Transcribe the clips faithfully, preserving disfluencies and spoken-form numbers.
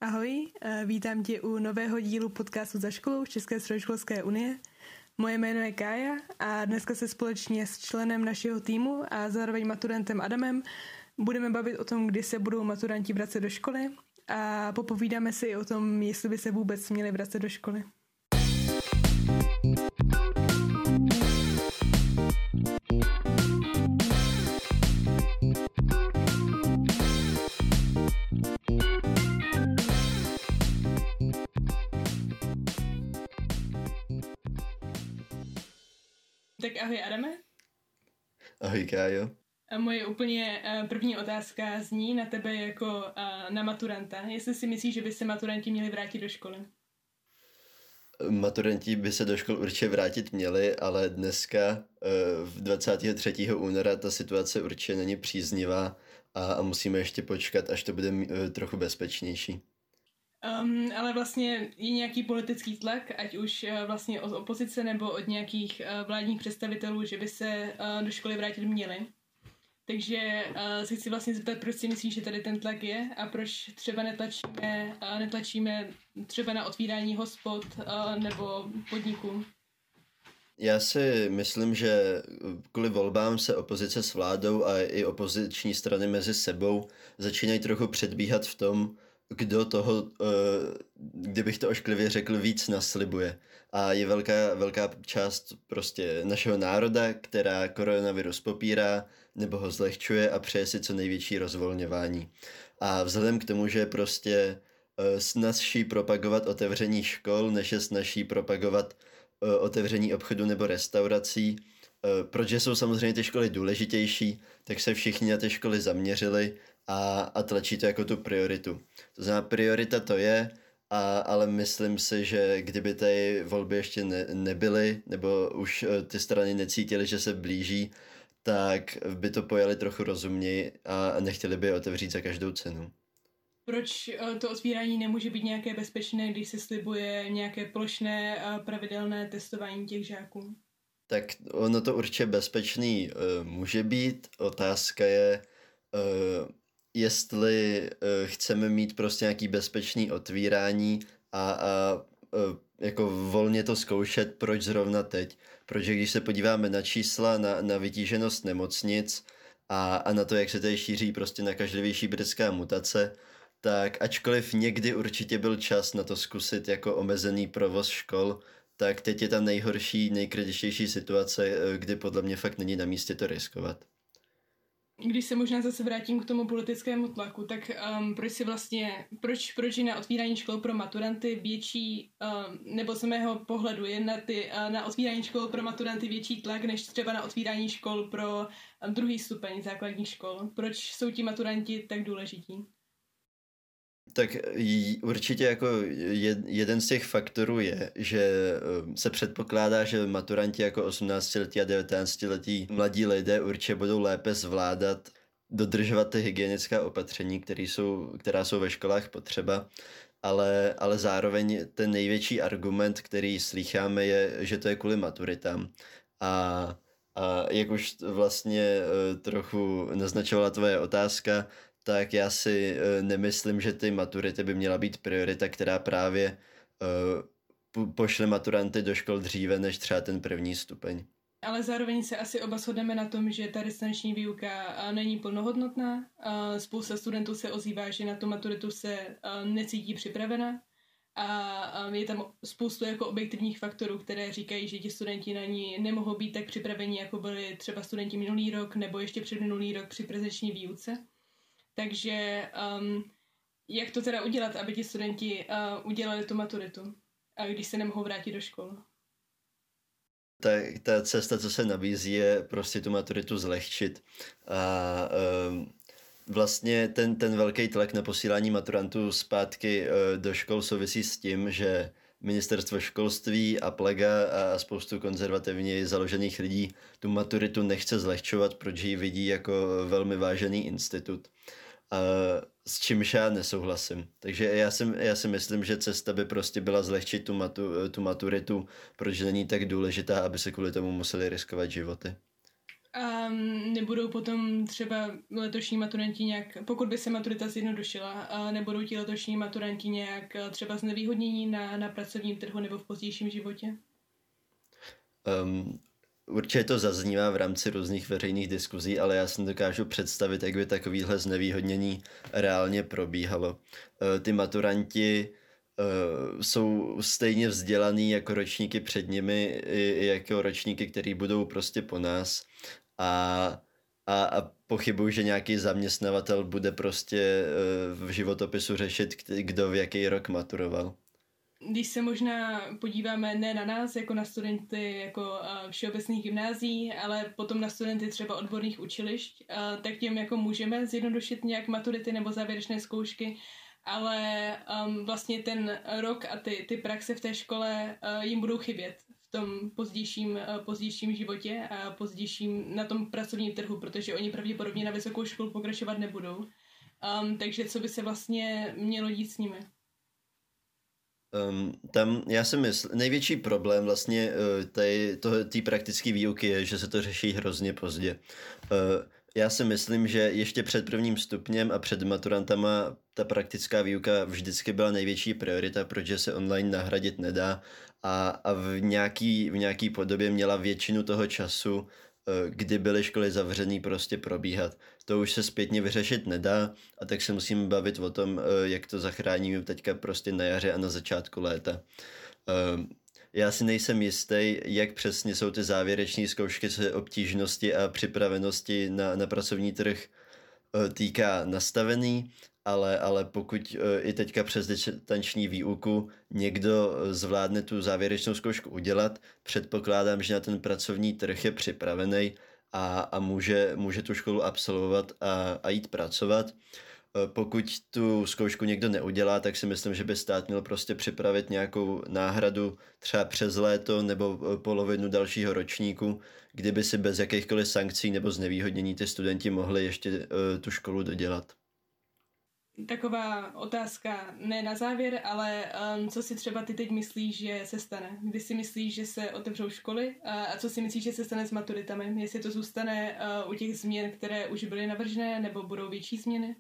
Ahoj, vítám tě u nového dílu podcastu Za školou z České středoškolské unie. Moje jméno je Kája a dneska se společně s členem našeho týmu a zároveň maturantem Adamem budeme bavit o tom, kdy se budou maturanti vracet do školy a popovídáme si i o tom, jestli by se vůbec měli vracet do školy. Tak ahoj Adame. Ahoj Kájo. A moje úplně první otázka zní na tebe jako na maturanta. Jestli si myslíš, že by se maturanti měli vrátit do školy? Maturanti by se do škol určitě vrátit měli, ale dneska v dvacátého třetího února ta situace určitě není příznivá a, a musíme ještě počkat, až to bude trochu bezpečnější. Um, ale vlastně je nějaký politický tlak, ať už uh, vlastně od opozice nebo od nějakých uh, vládních představitelů, že by se uh, do školy vrátit měli. Takže uh, se chci vlastně zeptat, proč si myslíš, že tady ten tlak je a proč třeba netlačíme, uh, netlačíme třeba na otvírání hospod uh, nebo podniků. Já si myslím, že kvůli volbám se opozice s vládou a i opoziční strany mezi sebou začínají trochu předbíhat v tom, kdo toho, kdybych to ošklivě řekl, víc naslibuje. A je velká, velká část prostě našeho národa, která koronavirus popírá nebo ho zlehčuje a přeje si co největší rozvolňování. A vzhledem k tomu, že je prostě snazší propagovat otevření škol, než je snazší propagovat otevření obchodu nebo restaurací, protože jsou samozřejmě ty školy důležitější, tak se všichni na ty školy zaměřili a, a tlačí to jako tu prioritu. To znamená, priorita to je, a, ale myslím si, že kdyby ty volby ještě ne, nebyly, nebo už ty strany necítily, že se blíží, tak by to pojali trochu rozumněji a nechtěli by je otevřít za každou cenu. Proč to otvírání nemůže být nějaké bezpečné, když se slibuje nějaké plošné a pravidelné testování těch žáků? Tak ono to určitě bezpečný uh, může být. Otázka je, uh, jestli uh, chceme mít prostě nějaký bezpečný otvírání a, a uh, jako volně to zkoušet, proč zrovna teď. Protože když se podíváme na čísla, na, na vytíženost nemocnic a, a na to, jak se tady šíří prostě nakažlivější britská mutace, tak ačkoliv někdy určitě byl čas na to zkusit jako omezený provoz škol, tak teď je ta nejhorší, nejkritičtější situace, kdy podle mě fakt není na místě to riskovat. Když se možná zase vrátím k tomu politickému tlaku, tak um, proč si vlastně, proč, proč je na otvírání škol pro maturanty větší, um, nebo z mého pohledu je na, ty, uh, na otvírání škol pro maturanty větší tlak, než třeba na otvírání škol pro um, druhý stupeň základních škol? Proč jsou ti maturanti tak důležití? Tak určitě jako jeden z těch faktorů je, že se předpokládá, že maturanti jako osmnáctiletí a devatenáctiletí mladí lidé určitě budou lépe zvládat dodržovat ty hygienická opatření, které jsou, která jsou ve školách potřeba, ale, ale zároveň ten největší argument, který slýcháme, je, že to je kvůli maturitám. A, a jak už vlastně trochu naznačovala tvoje otázka, tak já si uh, nemyslím, že ty maturity by měla být priorita, která právě uh, pošle maturanty do škol dříve než třeba ten první stupeň. Ale zároveň se asi oba shodneme na tom, že ta distanční výuka není plnohodnotná. Spousta studentů se ozývá, že na tu maturitu se necítí připravena a je tam spoustu jako objektivních faktorů, které říkají, že ti studenti na ní nemohou být tak připraveni, jako byli třeba studenti minulý rok nebo ještě před minulý rok při prezenční výuce. Takže um, jak to teda udělat, aby ti studenti uh, udělali tu maturitu, a když se nemohou vrátit do škol? Ta, ta cesta, co se nabízí, je prostě tu maturitu zlehčit. A um, vlastně ten, ten velký tlak na posílání maturantů zpátky uh, do škol souvisí s tím, že ministerstvo školství a Plega a spoustu konzervativně založených lidí tu maturitu nechce zlehčovat, protože ji vidí jako velmi vážený institut. A s čímž já nesouhlasím. Takže já si, já si myslím, že cesta by prostě byla zlehčit tu, matu, tu maturitu, protože není tak důležitá, aby se kvůli tomu museli riskovat životy. A um, nebudou potom třeba letošní maturanti nějak, pokud by se maturita zjednodušila, uh, nebudou ti letošní maturanti nějak uh, třeba znevýhodnění na, na pracovním trhu nebo v pozdějším životě? Um, určitě to zaznívá v rámci různých veřejných diskuzí, ale já si dokážu představit, jak by takovýhle znevýhodnění reálně probíhalo. Uh, ty maturanti uh, jsou stejně vzdělaný jako ročníky před nimi, i, i jako ročníky, který budou prostě po nás. A, a, a pochybuji, že nějaký zaměstnavatel bude prostě uh, v životopisu řešit, kdo v jaký rok maturoval. Když se možná podíváme ne na nás, jako na studenty jako uh, všeobecných gymnázií, ale potom na studenty třeba odborných učilišť, uh, tak těm jako můžeme zjednodušit nějak maturity nebo závěrečné zkoušky, ale um, vlastně ten rok a ty, ty praxe v té škole uh, jim budou chybět v tom pozdějším, uh, pozdějším životě a pozdějším na tom pracovním trhu, protože oni pravděpodobně na vysokou školu pokračovat nebudou. Um, takže co by se vlastně mělo dít s nimi? Um, tam já si myslím, největší problém vlastně uh, té praktické výuky je, že se to řeší hrozně pozdě. Uh, já si myslím, že ještě před prvním stupněm a před maturantama ta praktická výuka vždycky byla největší priorita, protože se online nahradit nedá a, a v, nějaký, v nějaký podobě měla většinu toho času, kdy byly školy zavřený, prostě probíhat. To už se zpětně vyřešit nedá a tak se musíme bavit o tom, jak to zachráníme teďka prostě na jaře a na začátku léta. Já si nejsem jistý, jak přesně jsou ty závěreční zkoušky se obtížnosti a připravenosti na, na pracovní trh týká nastavený, ale, ale pokud i teďka přes distanční výuku někdo zvládne tu závěrečnou zkoušku udělat, předpokládám, že na ten pracovní trh je připravený a, a může, může tu školu absolvovat a, a jít pracovat. Pokud tu zkoušku někdo neudělá, tak si myslím, že by stát měl prostě připravit nějakou náhradu třeba přes léto nebo polovinu dalšího ročníku, kdyby si bez jakýchkoliv sankcí nebo znevýhodnění ty studenti mohli ještě uh, tu školu dodělat. Taková otázka ne na závěr, ale um, co si třeba ty teď myslíš, že se stane? Kdy si myslíš, že se otevřou školy a, a co si myslíš, že se stane s maturitami? Jestli to zůstane uh, u těch změn, které už byly navržené, nebo budou větší změny?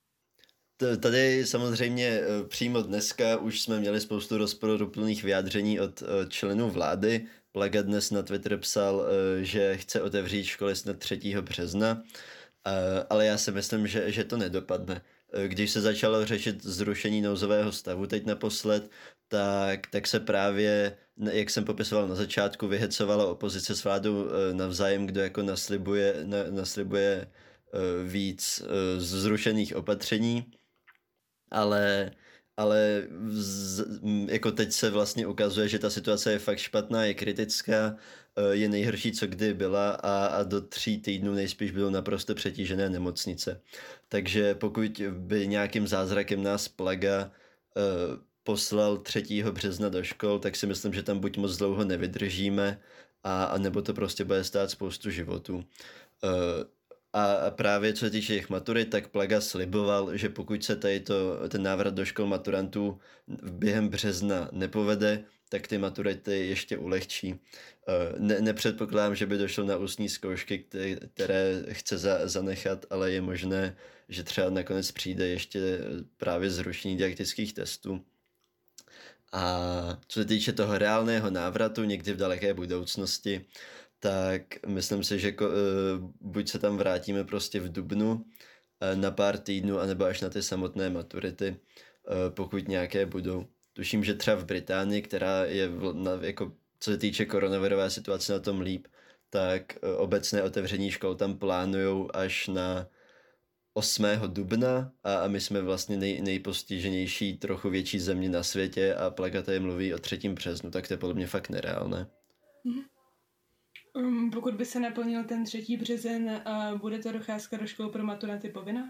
Tady samozřejmě přímo dneska už jsme měli spoustu rozporuplných vyjádření od členů vlády. Plaga dnes na Twitter psal, že chce otevřít školy snad třetího března, ale já si myslím, že, že to nedopadne. Když se začalo řešit zrušení nouzového stavu teď naposled, tak, tak se právě, jak jsem popisoval na začátku, vyhecovala opozice s vládou navzájem, kdo jako naslibuje, na, naslibuje víc zrušených opatření. Ale, ale z, jako teď se vlastně ukazuje, že ta situace je fakt špatná, je kritická, je nejhorší, co kdy byla a, a do tří týdnů nejspíš budou naprosto přetížené nemocnice. Takže pokud by nějakým zázrakem nás Plaga uh, poslal třetího března do škol, tak si myslím, že tam buď moc dlouho nevydržíme, a, a nebo to prostě bude stát spoustu životů. Uh, A právě co se týče těch maturit, tak Plaga sliboval, že pokud se tady to, ten návrat do škol maturantů během března nepovede, tak ty maturity ještě ulehčí. Ne, nepředpokládám, že by došlo na ústní zkoušky, které chce za, zanechat, ale je možné, že třeba nakonec přijde ještě právě zrušení didaktických testů. A co se týče toho reálného návratu někdy v daleké budoucnosti, tak myslím si, že ko, buď se tam vrátíme prostě v dubnu na pár týdnů, anebo až na ty samotné maturity, pokud nějaké budou. Tuším, že třeba v Británii, která je v, na, jako, co se týče koronavirové situace na tom líp, tak obecné otevření škol tam plánujou až na osmého dubna a, a my jsme vlastně nej, nejpostiženější, trochu větší země na světě a Plaga tady mluví o třetím březnu, tak to je podle mě fakt nereálné. Mm-hmm. Um, pokud by se naplnil ten třetí březen, uh, bude to docházka do škol pro maturanty povinná?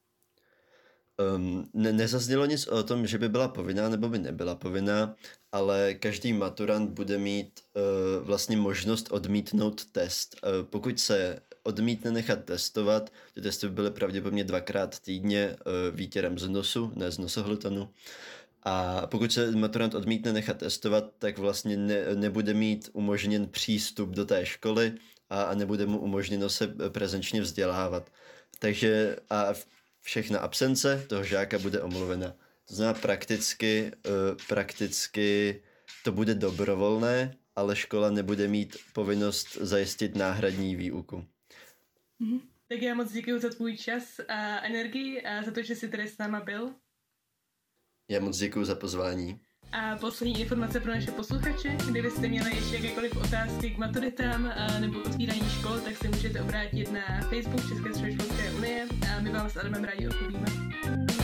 Um, ne, nezaznělo nic o tom, že by byla povinná nebo by nebyla povinná, ale každý maturant bude mít uh, vlastně možnost odmítnout test. Uh, pokud se odmítne nechat testovat, ty testy by byly pravděpodobně dvakrát týdně uh, výtěrem z nosu, ne z nosohltanu. A pokud se maturant odmítne nechat testovat, tak vlastně ne, nebude mít umožněn přístup do té školy a, a nebude mu umožněno se prezenčně vzdělávat. Takže a všechna absence toho žáka bude omluvena. To znamená prakticky, uh, prakticky to bude dobrovolné, ale škola nebude mít povinnost zajistit náhradní výuku. Mm-hmm. Tak já moc děkuji za tvůj čas a energii a za to, že jsi tady s náma byl. Já moc děkuji za pozvání. A poslední informace pro naše posluchače. Kdybyste měli ještě jakékoliv otázky k maturitám nebo k otvírání škol, tak se můžete obrátit na Facebook České středoškolské unie a my vám s Adamem rádi odpovíme.